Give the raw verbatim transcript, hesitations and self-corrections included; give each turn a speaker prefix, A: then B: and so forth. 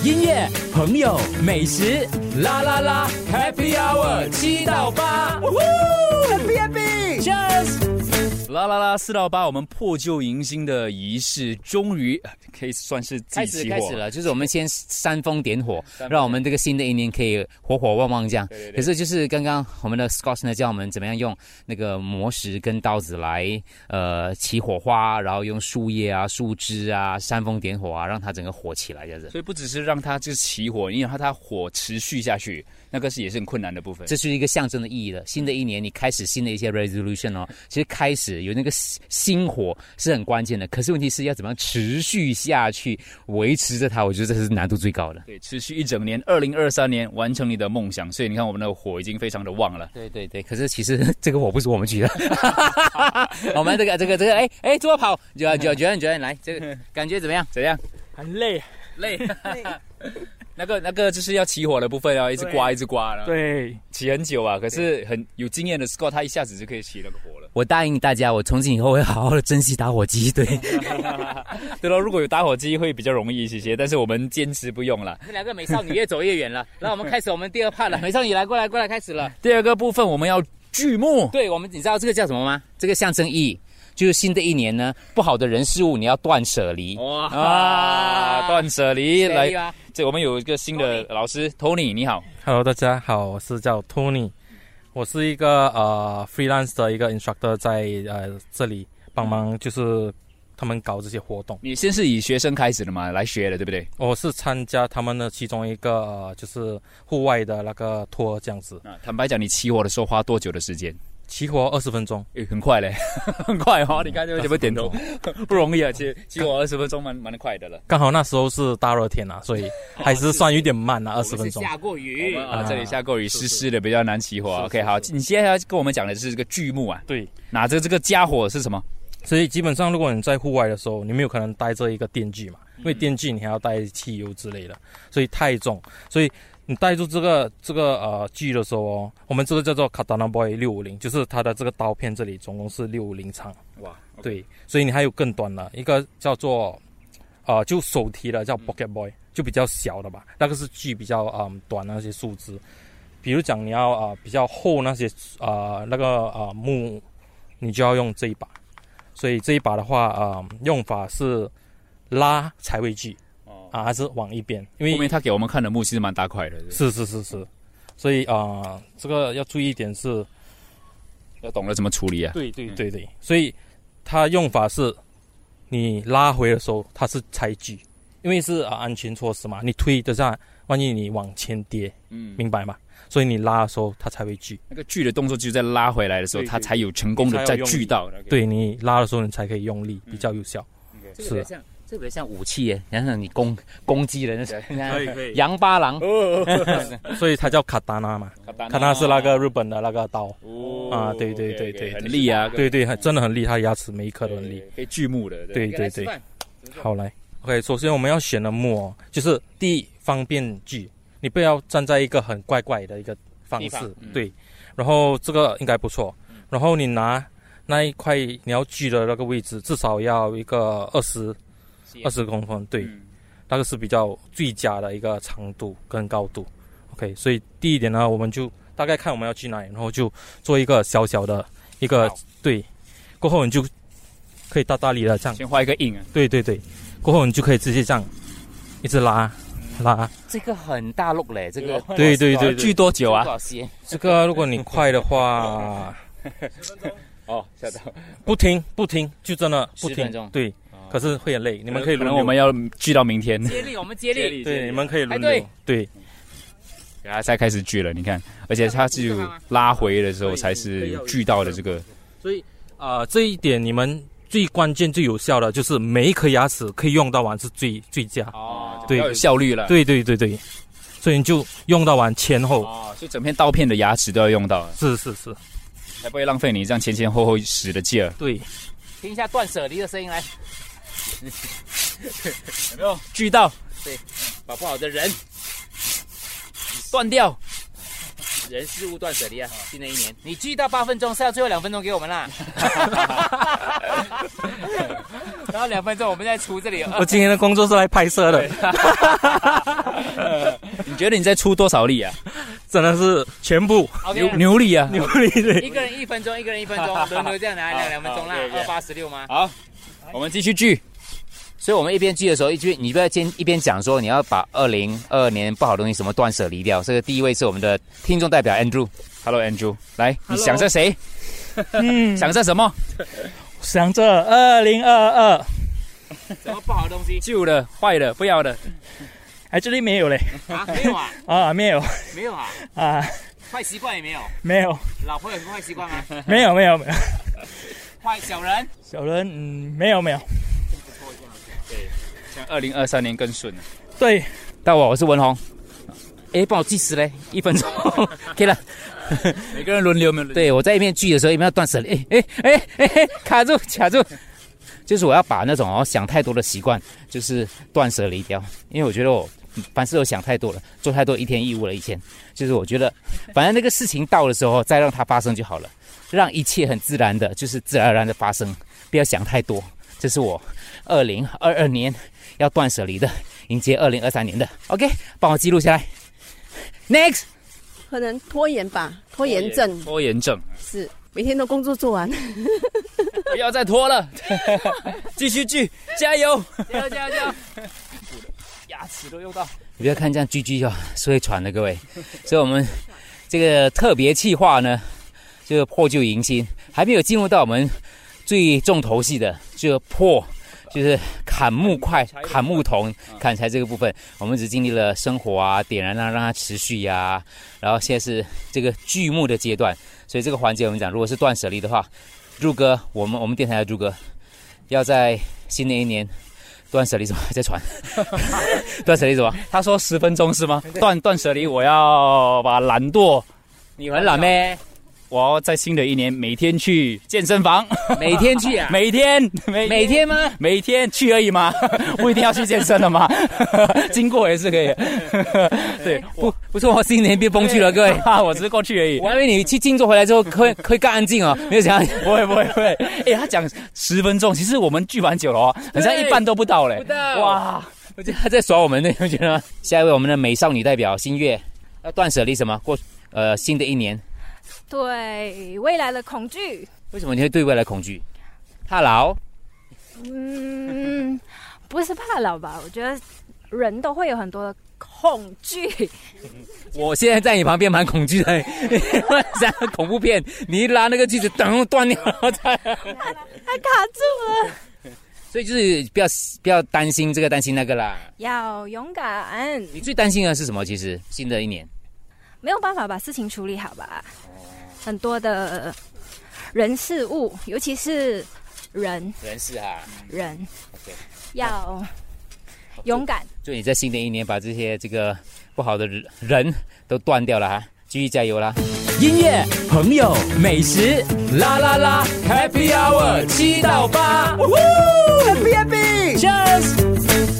A: 音乐、朋友、美食，啦啦啦 ，Happy Hour 七到八 ，Happy Happy，Cheers！啦啦啦，四到八，我们破旧迎新的仪式终于可以算是自己起火
B: 开始开始了，就是我们先煽风点火，让我们这个新的一年可以火火旺旺这样。
A: 对对对，
B: 可是就是刚刚我们的 Scott 呢教我们怎么样用那个磨石跟刀子来呃起火花，然后用树叶啊、树枝啊煽风点火啊，让它整个火起来这样子。
A: 所以不只是让它就是起火，因为它它火持续下去，那个是也是很困难的部分。
B: 这是一个象征的意义的。新的一年你开始新的一些 resolution 哦，其实开始有那个心火是很关键的。可是问题是要怎么样持续下去，维持着它，我觉得这是难度最高的。
A: 对，持续一整年，二零二三年完成你的梦想。所以你看我们的火已经非常的旺了。
B: 对对对，可是其实这个火不是我们举的，我们这个这个这个，哎哎，多跑，觉觉觉得觉得来，这个感觉怎么样？
A: 怎样？
C: 很累，
A: 累。那个那个就是要起火的部分要一直刮一直刮了，
C: 对，
A: 起很久啊。可是很有经验的 Scott 他一下子就可以起那个火了。
B: 我答应大家，我从今以后会好好的珍惜打火机。对，
A: 对了，如果有打火机会比较容易一些，但是我们坚持不用了。
B: 这两个美少女越走越远了，那我们开始我们第二 part 了。美少女来，过来过来，开始了。
A: 第二个部分我们要剧目。
B: 对，我们你知道这个叫什么吗？这个象征意义。就是新的一年呢，不好的人事物你要断舍离。
A: 哇啊，断舍离来，这我们有一个新的老师 Tony， 你好。
C: Hello， 大家好，我是叫 Tony， 我是一个呃 freelance 的一个 instructor， 在呃这里帮忙，就是他们搞这些活动。
A: 你先是以学生开始的嘛，来学的，对不对？
C: 我是参加他们的其中一个呃就是户外的那个 tour 这样子。
A: 啊，坦白讲，你起火的时候花多久的时间？
C: 起火二十分钟，
A: 诶，很快嘞，很快哦！你看这么点头，不容易啊！起起火二十分钟蛮蛮快的了。
C: 刚好那时候是大热天啊，所以还是算有点慢啊，二十分钟。
B: 下过雨
A: 啊，这里下过雨，湿湿的，比较难起火。OK， 好，你现在要跟我们讲的是这个剧目啊。
C: 对，
A: 拿着这个家伙是什么？
C: 所以基本上，如果你在户外的时候，你没有可能带着一个电锯嘛，因为电锯你还要带汽油之类的，所以太重，所以。你带住这个这个呃锯的时候哦，我们这个叫做 Katana Boy 六五零，就是它的这个刀片这里总共是六五零长。
A: 哇， okay.
C: 对，所以你还有更短的一个叫做呃就手提的叫 Pocket Boy，、嗯、就比较小的吧，那个是锯比较嗯短的那些树枝。比如讲你要啊、呃、比较厚那些啊、呃、那个啊、呃、木，你就要用这一把。所以这一把的话啊、呃、用法是拉才会锯。啊，还是往一边，因为
A: 后面他给我们看的木其实蛮大块的。
C: 是是是是，所以啊、呃，这个要注意一点是，
A: 要懂得怎么处理啊。
C: 对对对对，嗯、所以它用法是，你拉回的时候它是才锯，因为是啊安全措施嘛，你推的下，万一你往前跌，嗯，明白吗？所以你拉的时候它才会锯。
A: 那个锯的动作就是在拉回来的时候，它才有成功的再锯到。
C: 对，你拉的时候你才可以用力，比较有效。
B: 嗯、是。特别像武器耶，然后你攻攻击人，
C: 可以可以，
B: 杨八郎，
C: 所以它叫卡达纳嘛，卡达是那个日本的那个刀，哦、啊，对对对对，
A: 很利啊，
C: 对对，真的很利，它牙齿每一颗都很利，
A: 可以锯木的，
C: 对对对，好来 ，OK， 首先我们要选的木哦，就是第一方便锯，你不要站在一个很怪怪的一个方式，嗯、对，然后这个应该不错，然后你拿那一块你要锯的那个位置，至少要一个二十。二十公分，对、嗯，那个是比较最佳的一个长度跟高度。OK， 所以第一点呢，我们就大概看我们要去哪里，然后就做一个小小的一个对，过后你就可以大大力的这样，
A: 先画一个印啊。
C: 对对对，过后你就可以直接这样一直拉拉。
B: 这个很大陆嘞，这个
C: 对对 对, 对，
A: 锯多久啊？
C: 这个如果你快的话，
A: 十分钟哦，吓到，
C: 不停不停，就真的不停，对。可是会很累，你们可以轮流。
A: 可能我们要锯到明天。
B: 接力，我们接力。
C: 对，你们可以轮流。对，
A: 然后才开始锯了，你看，而且它只有拉回的时候才是有锯到的这个。
C: 所以啊、呃，这一点你们最关键、最有效的就是每一颗牙齿可以用到完是最最佳。
A: 哦，对，要有效率了。
C: 对对对对，所以你就用到完前后。
A: 哦，所以整片刀片的牙齿都要用到。
C: 是是是，
A: 才不会浪费你这样前前后后使的劲儿。
C: 对，
B: 听一下断舍离的声音来。
A: 有没有锯到？
B: 对，把不好的人
A: 断掉，
B: 人事物断舍离啊！新的一年，你聚到八分钟，剩下最后两分钟给我们啦。然后两分钟我们再出这里。
C: 我今天的工作是来拍摄的。
A: 你觉得你在出多少力啊？
C: 真的是全部
B: okay,
A: 牛牛力啊！
C: 牛力对。
B: 一个人一分钟，一个人一分钟，轮流这样来两两分钟啦，二八十六吗？
A: 好，我们继续聚。
B: 所以我们一边聚的时候，一边你不要先一边讲说你要把二零二二年不好的东西什么断舍离掉。这个第一位是我们的听众代表 Andrew。Hello Andrew， 来，你想着谁？嗯，想着什么？
C: 想着二零二二。
B: 什么不好的东西？
A: 旧的、坏的、不要的。
C: 哎，这里没有嘞。
B: 啊，没有啊？
C: 啊，没有。
B: 没有啊？
C: 啊，
B: 坏习惯也没有。
C: 没有。
B: 老婆有什么坏习惯吗？
C: 没有，没有，没有。
B: 坏小人？
C: 小人，嗯，没有，没有。
A: 对，像二零二三年更顺了。
C: 对，
B: 到我，我是文宏。哎，帮我计时嘞，一分钟，可以了。
A: 每个人轮流，没有轮流。
B: 对，我在一边聚的时候，一边要断舍离。哎哎哎哎，卡住，卡住。就是我要把那种哦想太多的习惯，就是断舍离掉。因为我觉得我凡事都想太多了，做太多一天一物了。以前就是我觉得，反正那个事情到的时候再让它发生就好了，让一切很自然的，就是自然而然的发生，不要想太多。这是我二零二二年要断舍离的，迎接二零二三年的。OK， 帮我记录下来。Next，
D: 可能拖延吧，拖延症。
A: 拖延症
D: 是每天都工作做完，
A: 不要再拖了，继续聚，加油，
B: 加油加油加油！
A: 牙齿都用到。
B: 你不要看这样聚聚哦，是会喘的，各位。所以我们这个特别企划呢，就是破旧迎新，还没有进入到我们最重头戏的，就破，就是砍木块、砍木头、砍柴这个部分。我们只经历了生火啊、点燃啊，让它持续呀、啊，然后现在是这个锯木的阶段。所以这个环节我们讲，如果是断舍离的话，入哥，我们我们电台的入哥，要在新的一年断舍离什么？在传断舍离什么？
A: 他说十分钟是吗？断断舍离，我要把懒惰，
B: 你很懒咩？
A: 我要在新的一年每天去健身房，
B: 每天去啊？
A: 每天每
B: 每天吗？
A: 每天去而已吗？不一定要去健身了吗？经过也是可以。对，
B: 不不错，我新年变风趣了，各位。
A: 我只是过去而已。
B: 我还以为你去静坐回来之后会会更安静哦，没有想到。
A: 不会不会不会。哎，他讲十分钟，其实我们聚蛮久了哦，好像一半都不到嘞。
B: 不到。
A: 哇，
B: 我觉得他在耍我们呢，我觉得。下一位我们的美少女代表新月，要断舍离什么？过呃新的一年。
E: 对未来的恐惧。
B: 为什么你会对未来恐惧？怕老？
E: 嗯，不是怕老吧？我觉得人都会有很多的恐惧。
B: 我现在在你旁边蛮恐惧的，像恐怖片，你一拉那个锯子，噔断掉了，
E: 还卡住了。
B: 所以就是不要不要担心这个担心那个啦，
E: 要勇敢。
B: 你最担心的是什么？其实新的一年
E: 没有办法把事情处理好吧？很多的人事物，尤其是人
B: 人事啊，
E: 人
B: ，OK，
E: 要勇敢。
B: 祝你在新的一年把这些这个不好的人都断掉了哈，继续加油啦！
A: 音乐、朋友、美食，啦啦啦 ，Happy Hour 七到八，Happy Happy，Cheers。